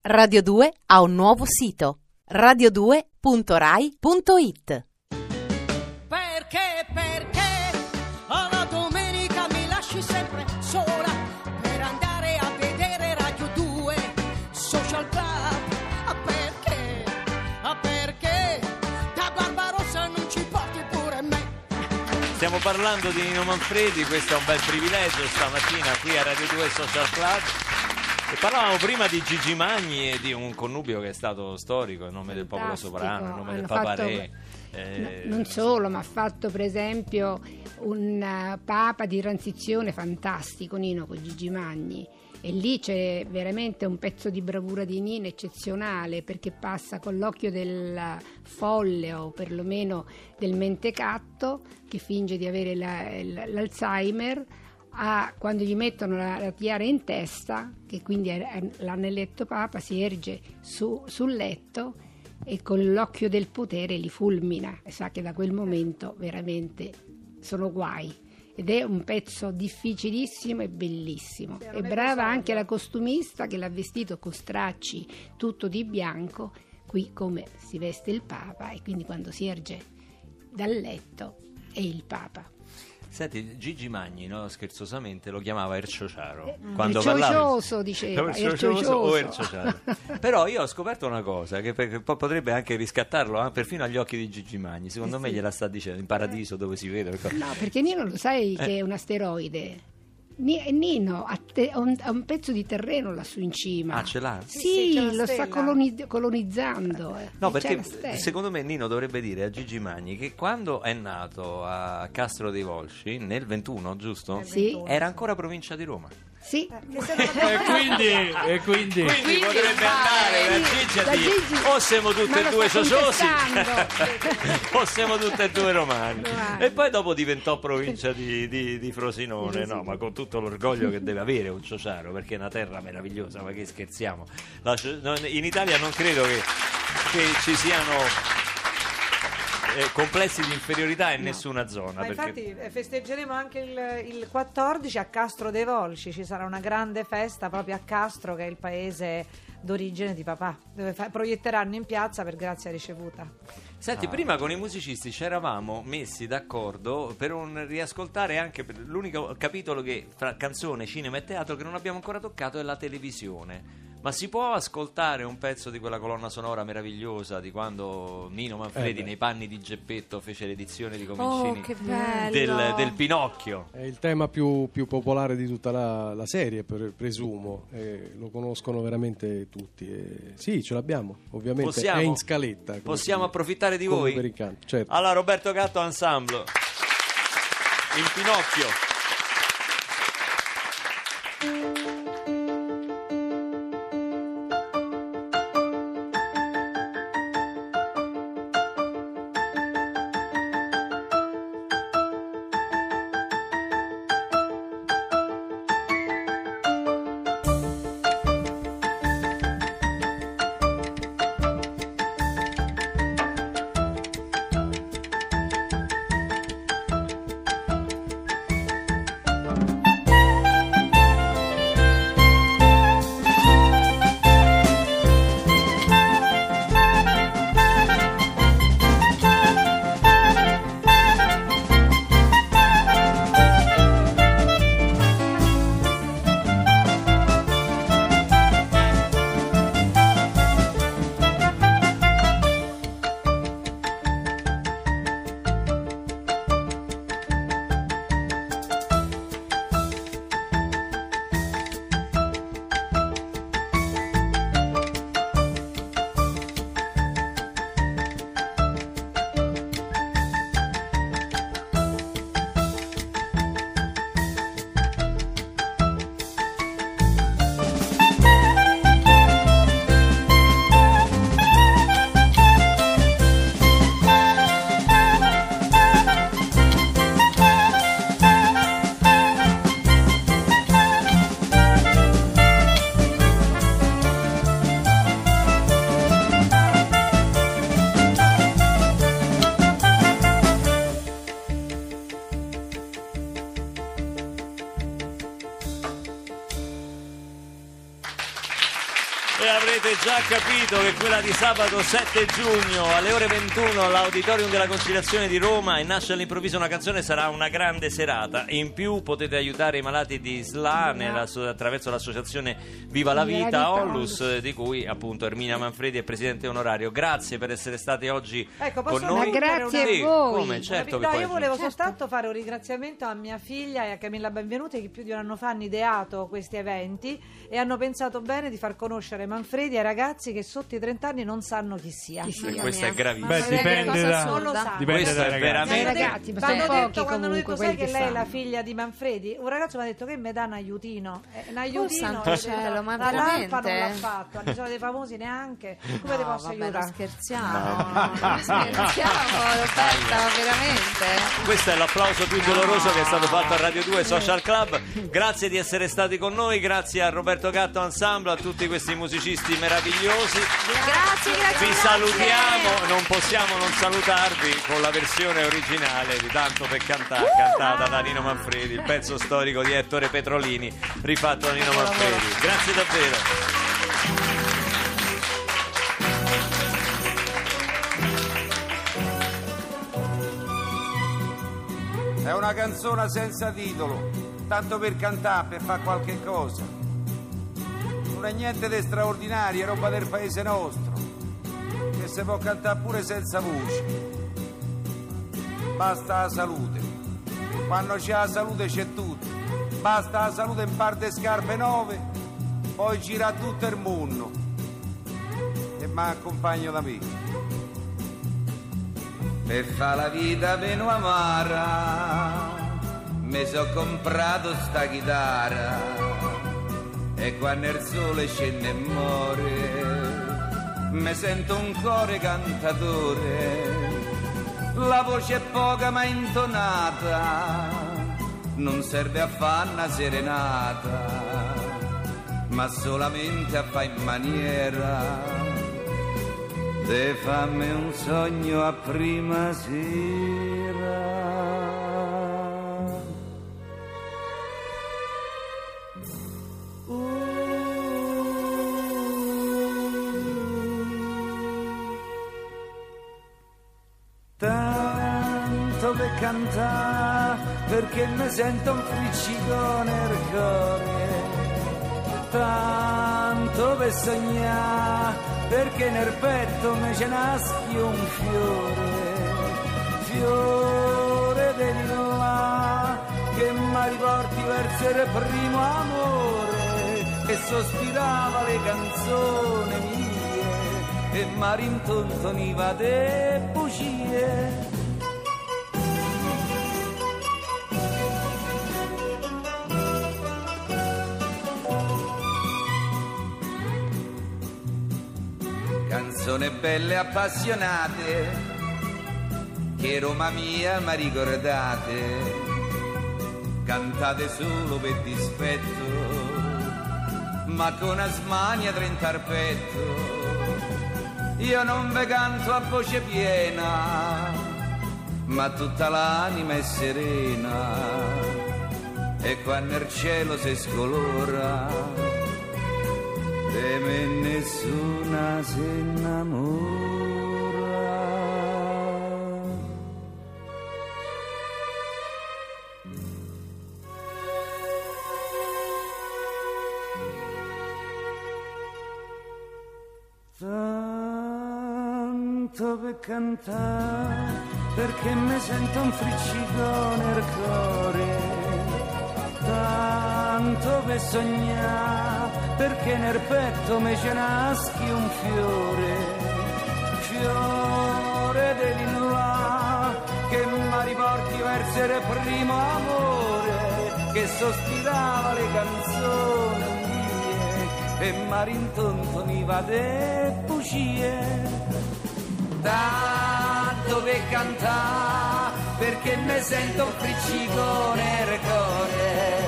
Radio 2 ha un nuovo sito: radio2.rai.it. Perché alla domenica mi lasci sempre sola per andare a vedere Radio 2 Social Club? Perché da Barbarossa non ci porti pure me? Stiamo parlando di Nino Manfredi, questo è un bel privilegio stamattina qui a Radio 2 Social Club. E parlavamo prima di Gigi Magni e di un connubio che è stato storico, in nome del popolo sovrano, in nome del Papa Re. Non solo, ma ha fatto per esempio un Papa di transizione fantastico, Nino, con Gigi Magni. E lì c'è veramente un pezzo di bravura di Nino eccezionale, perché passa con l'occhio del folle o perlomeno del mentecatto che finge di avere l'Alzheimer, quando gli mettono la tiara in testa, che quindi l'hanno eletto Papa, si erge sul letto e con l'occhio del potere li fulmina e sa che da quel momento veramente sono guai. Ed è un pezzo difficilissimo e bellissimo. È brava anche la costumista che l'ha vestito con stracci tutto di bianco, qui come si veste il Papa, e quindi quando si erge dal letto è il Papa. Senti, Gigi Magni, no, scherzosamente lo chiamava Erciociaro. Erciocioso diceva. Erciocioso o Erciociaro. Però io ho scoperto una cosa che potrebbe anche riscattarlo perfino agli occhi di Gigi Magni. Secondo me gliela sta dicendo, in paradiso dove si vede. No, perché Nino lo sai che è un asteroide. Nino ha un pezzo di terreno lassù in cima. Ah, ce l'ha? Sì, lo sta colonizzando. No, perché secondo me Nino dovrebbe dire a Gigi Magni che quando è nato a Castro dei Volsci nel 21, giusto? Sì. Era ancora provincia di Roma. Sì. E quindi potrebbe andare da Gigi a dire o siamo tutte e due sociosi o siamo tutte e due romani. E poi dopo diventò provincia di Frosinone, no? Ma con tutto l'orgoglio che deve avere un ciociaro, perché è una terra meravigliosa, ma che scherziamo. In Italia non credo che ci siano complessi di inferiorità in nessuna zona. Ma infatti festeggeremo anche il 14 a Castro dei Volsci, ci sarà una grande festa proprio a Castro, che è il paese d'origine di papà, dove proietteranno in piazza per grazia ricevuta. Senti, prima con i musicisti ci eravamo messi d'accordo per riascoltare anche l'unico capitolo che fra canzone, cinema e teatro che non abbiamo ancora toccato è la televisione. Ma si può ascoltare un pezzo di quella colonna sonora meravigliosa di quando Nino Manfredi nei panni di Geppetto fece l'edizione di Comincini del Pinocchio? È il tema più popolare di tutta la serie, presumo, lo conoscono veramente tutti. Sì, ce l'abbiamo, ovviamente è in scaletta. Possiamo approfittare di voi? Per il canto, certo. Allora, Roberto Gatto Ensemble, il Pinocchio. già capito che quella di sabato 7 giugno alle ore 21 all'Auditorium della Conciliazione di Roma, e nasce all'improvviso una canzone, sarà una grande serata. In più potete aiutare i malati di SLA attraverso l'associazione Viva la Vita Onlus, di cui appunto Erminia Manfredi è presidente onorario. Grazie per essere stati oggi con noi. Grazie a voi. Come, certo, no, io volevo soltanto fare un ringraziamento a mia figlia e a Camilla Benvenuti, che più di un anno fa hanno ideato questi eventi e hanno pensato bene di far conoscere Manfredi ai ragazzi che sotto i 30 anni non sanno chi sia. Questo è gravissimo. Beh, dipende dai ragazzi. Quando hanno detto sai che lei è la figlia di Manfredi, un ragazzo mi ha detto che mi dà un aiutino. Un aiutino, cielo, ma la lampa non l'ha veramente? fatto, non sono dei famosi neanche. Come ti posso aiutare? Scherziamo, Roberta, veramente. Questo è l'applauso più doloroso che è stato fatto a Radio 2 Social Club. Grazie di essere stati con noi, grazie a Roberto Gatto Ensemble, a tutti questi musicisti meravigliosi. Grazie. Vi salutiamo, non possiamo non salutarvi con la versione originale di Tanto per cantare, cantata da Nino Manfredi, il pezzo storico di Ettore Petrolini, rifatto da Nino Manfredi. Grazie davvero. È una canzone senza titolo, tanto per cantare, per fare qualche cosa. Non è niente di straordinario, è roba del paese nostro, che si può cantare pure senza voce. Basta la salute, quando c'è la salute c'è tutto. Basta la salute in parte scarpe nuove, poi gira tutto il mondo. E mi accompagno da me. Per fa la vita meno amara, mi so comprato sta chitarra, e quando il sole scende e muore, mi sento un cuore cantatore. La voce è poca ma intonata, non serve a fare una serenata, ma solamente a fare in maniera de fammi un sogno a prima sera. Tanto per cantare, perché mi sento un friccico nel cuore. Tanto per sognare, perché nel petto mi ce naschi un fiore di là, che mi riporti verso il primo amore, che sospirava le canzoni mie e mi rintontoniva de bugie. Canzoni belle e appassionate, che Roma mia mi ricordate, cantate solo per dispetto, ma con asmania 30 al petto. Io non ve canto a voce piena, ma tutta l'anima è serena, e quando il cielo si scolora, de me nessuna si innamora. Tanto per cantare, perché mi sento un friccico nel cuore. Tanto per sognare, perché nel petto mi ce naschi un fiore di là, che mi riporti verso il primo amore, che sospirava le canzoni mie e mi rintontoniva de bugie. Tanto per cantare, perché mi sento un friccico nel cuore.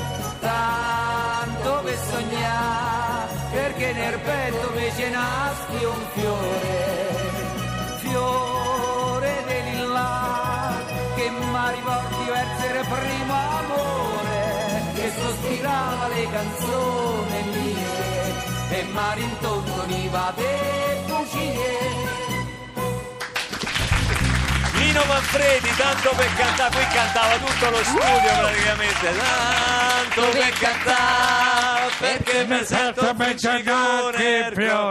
Tanto per sognare, perché nel petto mi ce naschi un fiore di là, che mi riporti verso il primo amore, che sospirava le canzoni mie e mi rintontoniva arriva per bugie. Nino Manfredi, tanto per cantare, qui cantava tutto lo studio praticamente, tanto per cantare, perché mi sento vincitore.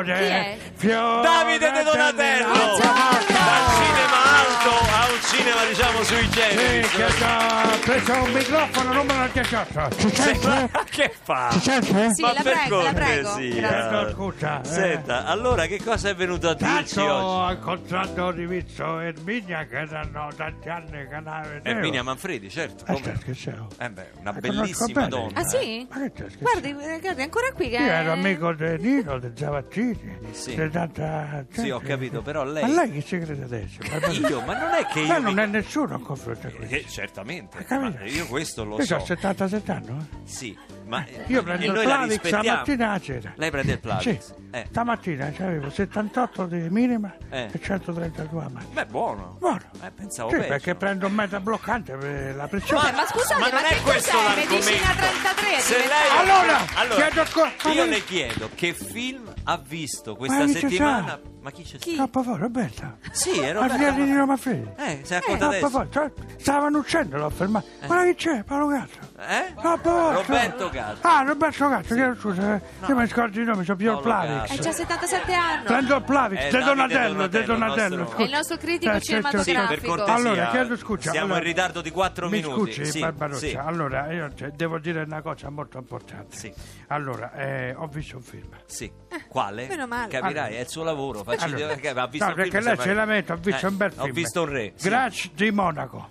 Davide De Donatello, dal cinema alto a un cinema diciamo sui generi. Sì, che ho preso un microfono numero 18. Ci sente? Che fa? Ci sente? Sì, Ma la per prego, la prego. cortesia. Scusa. Senta, allora che cosa è venuto a dirci Tanto oggi? ho incontrato di visto Erminia che erano tanti anni che non la vedevo. Erminia Manfredi, certo. Come? Che c'ero? Una La bellissima conosco bene. donna. Ah sì? Ma che c'è, scherzo? Guardi, è ancora qui che... Io ero amico di Nino, di Zavattini, Sì. di tanta gente. Sì, ho capito, però lei... Ma lei che si crede adesso? Io? Ma non è che io... Ma non è nessuno a confronto a questo. Certamente, Hai capito? ma io questo lo Io so. ho 77 anni, Sì, ma Io e prendo il noi la Plavix la rispettiamo. mattina a cera. Lei prende il Plavix? Sì. Eh. Stamattina avevo 78 di minima Eh. e 132 a massima. Beh, buono. Buono. Pensavo Sì, peggio. perché prendo un meta bloccante per la pressione. Ma scusate, ma non ma è che questo cos'è? l'argomento. Medicina 33 è Se diventato- lei... Chiedo scusa. io le chiedo che film ha visto questa Ma chi c'è settimana? sta? Ma chi c'è? Chi? Troppo forte, Roberta. Sì, è La figlia di Roberto. Nino Manfredi. Sei accorta Troppo adesso? forte. Stavano uccidendo, l'ho fermato. Guarda chi c'è, Paolo Gatto. Troppo forte. Roberto Gatto. Ah, Roberto Gatto, chiedo scusa. Io mi scordo il nome, so più il Paolo Plavix. C'ha 77 anni. Prendo il Plavix, De Davide Donatello, De il Donatello. nostro- È il nostro critico Sì, Sì, per cinematografico. cortesia. Allora, chiedo scusa. Siamo allora, in ritardo di 4 mi minuti. scusi, Sì, Barbaroccia. sì. Allora, io devo dire una cosa molto importante. Sì. Allora, ho visto un film. Sì. Quale? meno male. Capirai, è il suo lavoro. Allora, Ha visto no, il perché film, lei sembra- ce la mette, ho visto un bel film. Ho visto un re. Sì. Grace di Monaco.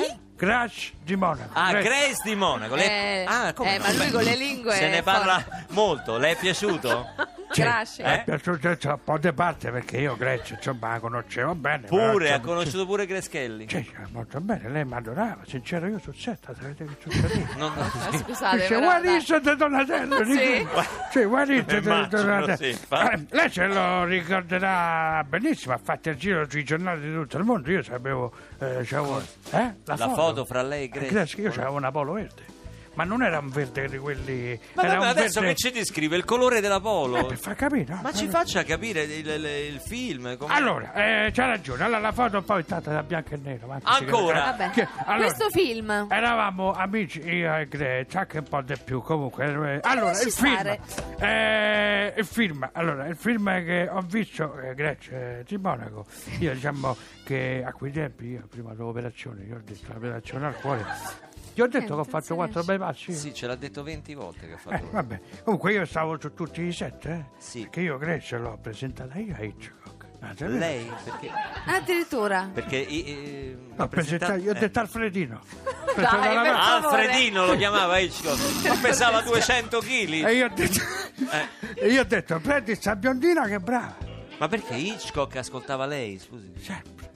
Grace di Monaco. Ah, Grace di Monaco. Come no? ma lui con le lingue Se è ne parla molto. Le è piaciuto? Grazie. Mi è piaciuto un po' di parte perché io Grace insomma la conoscevo bene. Pure, però, ha conosciuto pure Greschelli. Sì, molto bene, lei mi adorava, sincero io sul set, sapete che succede? Scusate, Dice, però, what dai. is the Donatello? Sì. Sì, what is the Immagino, Donatello? sì, infatti. Lei se lo ricorderà benissimo, ha fatto il giro sui giornali di tutto il mondo, io sapevo, c'avevo, La foto fra lei e Grace. Io c'avevo una polo verde. Ma non era un verde di quelli... Ma era vabbè, un adesso verde... che ci descrive il colore della polo. Per far capire, no? Ma ci faccia capire il film. com'è. Allora, c'ha ragione, allora la foto poi è stata da bianco e nero. ma anche se- Ancora? Vabbè. allora, Questo film. Eravamo amici io e Grace, anche un po' di più comunque. Allora, lasci il film che ho visto, Grace di Monaco, io diciamo che a quei tempi, io prima dell'operazione, io ho detto l'operazione al cuore, ti ho detto che ho fatto 4 bei passi. Sì, ce l'ha detto 20 volte che ha fatto. Vabbè, comunque io stavo su tutti i set, Sì. perché io Grace l'ho presentata io a Hitchcock. Lei? Perché? Addirittura. Perché L'ho presentato, io ho detto Alfredino. Dai, per favore. Alfredino lo chiamava Hitchcock. Ma pesava 200 kg. E io ho detto, prendi sta biondina che è brava. Ma perché Hitchcock ascoltava lei, scusi? Sempre.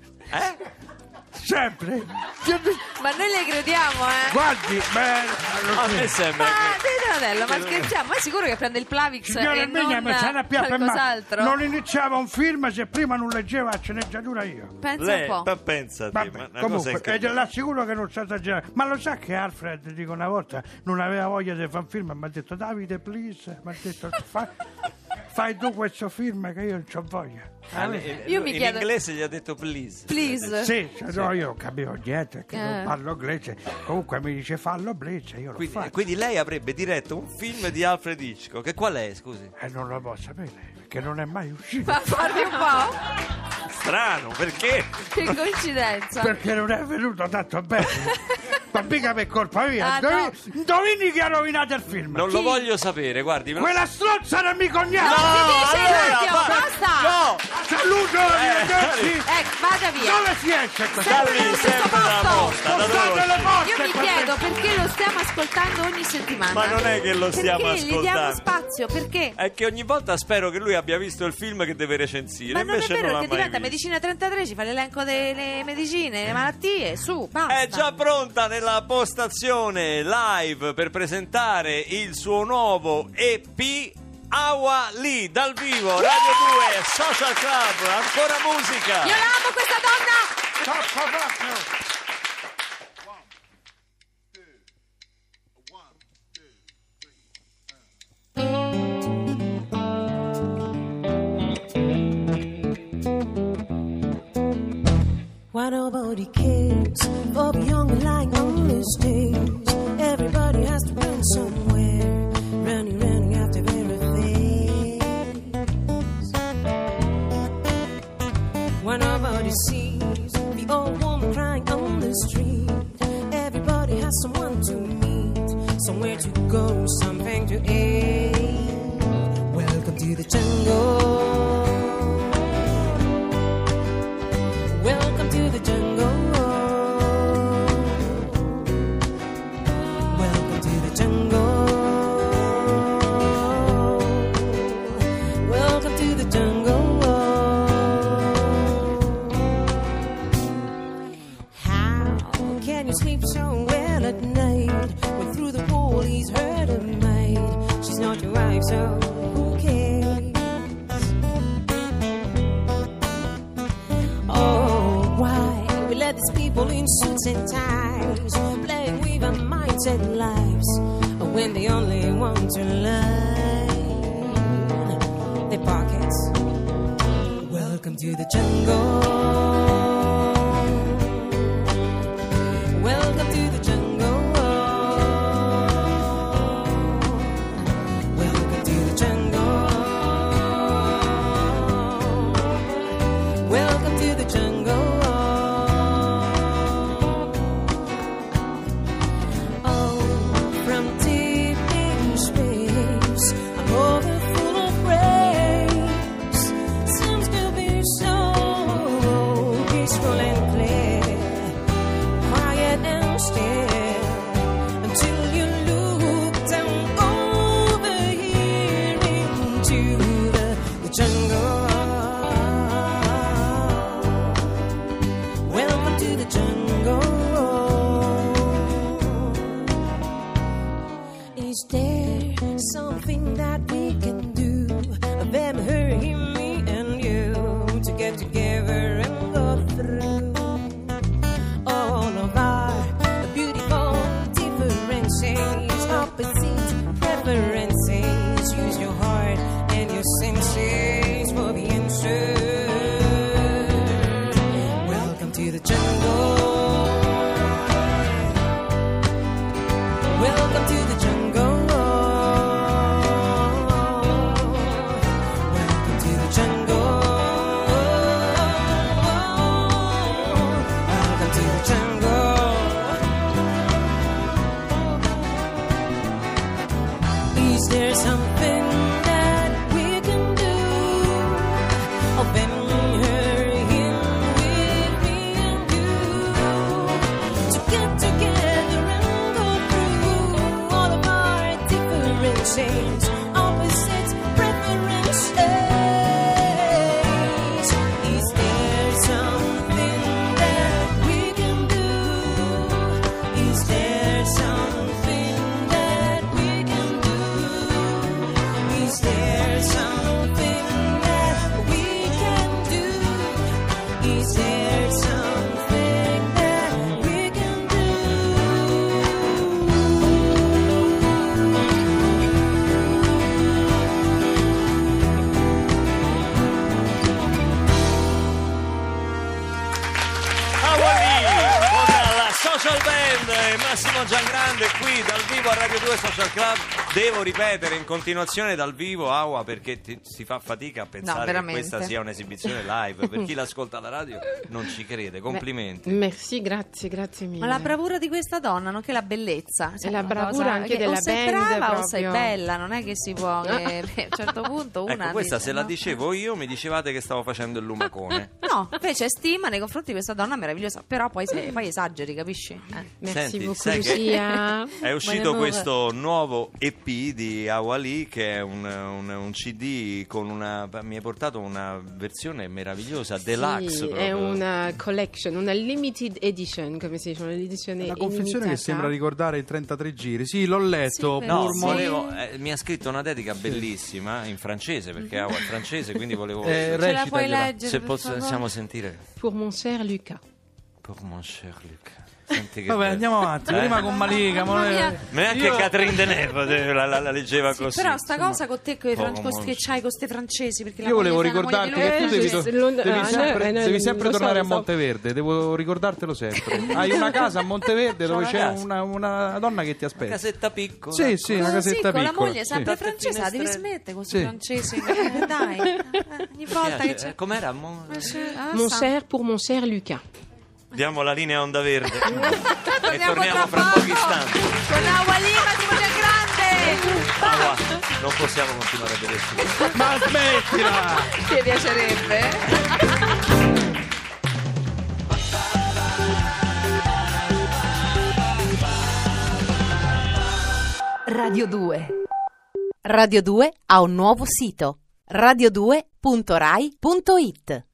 Sempre? Ma noi le crediamo, Guardi, A me sembra Ma che... Donatello, ma scherziamo? Ma è sicuro che prende il Plavix signore e mia, non mi sarà più qualcos'altro? non iniziava un film se prima non leggeva la sceneggiatura io. Pensa Lei, un po'. ma pensate, Vabbè, ma una cosa comunque, incredibile. l'assicuro che non sta esagerando. Ma lo sa che Alfred, dico una volta, non aveva voglia di fare un film e mi ha detto Davide, please, mi ha detto fai tu questo film che io non c'ho voglia. Io mi in chiedo- inglese gli ha detto please. Please. Sì, no, io non capivo niente, che non parlo inglese. Comunque mi dice fallo please, io lo faccio. Quindi lei avrebbe diretto un film di Alfred Hitchcock. Che qual è, scusi? E non lo posso sapere, perché non è mai uscito. Ma guardi un po'. Strano, perché? Che coincidenza. Perché non è venuto tanto bene. Ma mica per colpa mia. Ah, no. Indovini chi ha rovinato il film? Non lo voglio sapere, guardi. Quella stronza era mio cognato. Si dice allora, Matteo, va- basta. No! Saluto, arrivederci. Vada via. Dove si esce questa? Sempre nello stesso sempre dalla posto. posta, da dove Portate lo- le porte Io mi qua chiedo dentro. perché lo stiamo ascoltando ogni settimana. Ma non è che lo stiamo Perché gli diamo ascoltando. spazio? Perché? È che ogni volta spero che lui abbia visto il film che deve recensire. Ma non è invece vero non che l'ha mai diventa visto. Medicina 33, ci fa l'elenco delle medicine, le malattie, su, basta. È già pronta nella postazione live per presentare il suo nuovo EP Awa Lee dal vivo Radio 2 Social Club. Ancora musica. Io la amo questa donna! Troppo proprio. nobody cares for the young and lying on the stage. Everybody has to run somewhere, running after their affairs. When nobody sees the old woman crying on the street, everybody has someone to meet, somewhere to go, something to eat. Welcome to the jungle. Welcome to the jungle. Welcome to the jungle. Welcome to the jungle. How can you sleep so well at night when through the police heard a maid? She's not your wife, so who cares? Let these people in suits and ties playing with our minds and lives when they only want to line their pockets. Welcome to the jungle. Welcome to the jungle. Welcome to the jungle. Welcome to the jungle. Is there something that we can do, them, her, him, me and you, to get together and go through all of our beautiful differences, opposite preferences? Use your heart and your senses for the answer. Welcome to the jungle. Welcome to the jungle. Welcome to the jungle. Welcome to the jungle. Is there something that we can do? Open her in with me and you to get together and go through all of our differences, opposite preferences. Is there something that we can do? Is there something that we can do? Is there something that we can do? Is there something that we can do? Con la Social Band e Massimo Giangrande qui dal vivo a Radio 2 Social Club. Devo ripetere in continuazione dal vivo, Aua, perché si fa fatica a pensare che questa sia un'esibizione live. Per chi l'ascolta alla radio non ci crede. Complimenti. Merci, grazie mille. Ma la bravura di questa donna, nonché la bellezza. E la bravura anche della band. O sei brava proprio. O sei bella, non è che si può. A un certo punto una. Ecco, questa dice, se la dicevo io mi dicevate che stavo facendo il lumacone. No, invece stima nei confronti di questa donna meravigliosa. Però poi esageri, capisci? Merci beaucoup, sai che Lucia. è uscito questo nuovo EP di Awali, che è un CD con mi hai portato una versione meravigliosa, deluxe proprio. È una collection, una limited edition, come si dice, un'edizione una confezione illimitata. Che sembra ricordare i 33 giri. Sì, l'ho letto. Sì, No, mi ha scritto una dedica bellissima in francese, perché Awa è francese, quindi volevo Ce la puoi leggere, se per possiamo favore? sentire. Pour mon cher Lucas. Pour mon cher Lucas. Vabbè, andiamo avanti. Prima con Malika, Mamma mia. Neanche Catherine Deneuve la leggeva così. Però sta cosa con te che c'hai con queste francesi, perché io volevo ricordarti che tu devi sempre tornare a Monteverde, devo ricordartelo sempre. Hai una casa a Monteverde dove c'è una donna che ti aspetta. Una casetta piccola. Sì, una casetta piccola. Con la moglie sempre francese, la devi smettere con questi francesi. Dai, ogni volta che c'è. Com'era? Mon cher pour mon cher Lucas. Diamo la linea a Onda Verde e torniamo fra pochi istanti. Con Awalima Simone Grande. Non possiamo continuare a vederci. Ma smettila! Ti piacerebbe? Radio 2. Radio 2 ha un nuovo sito: radio2.rai.it.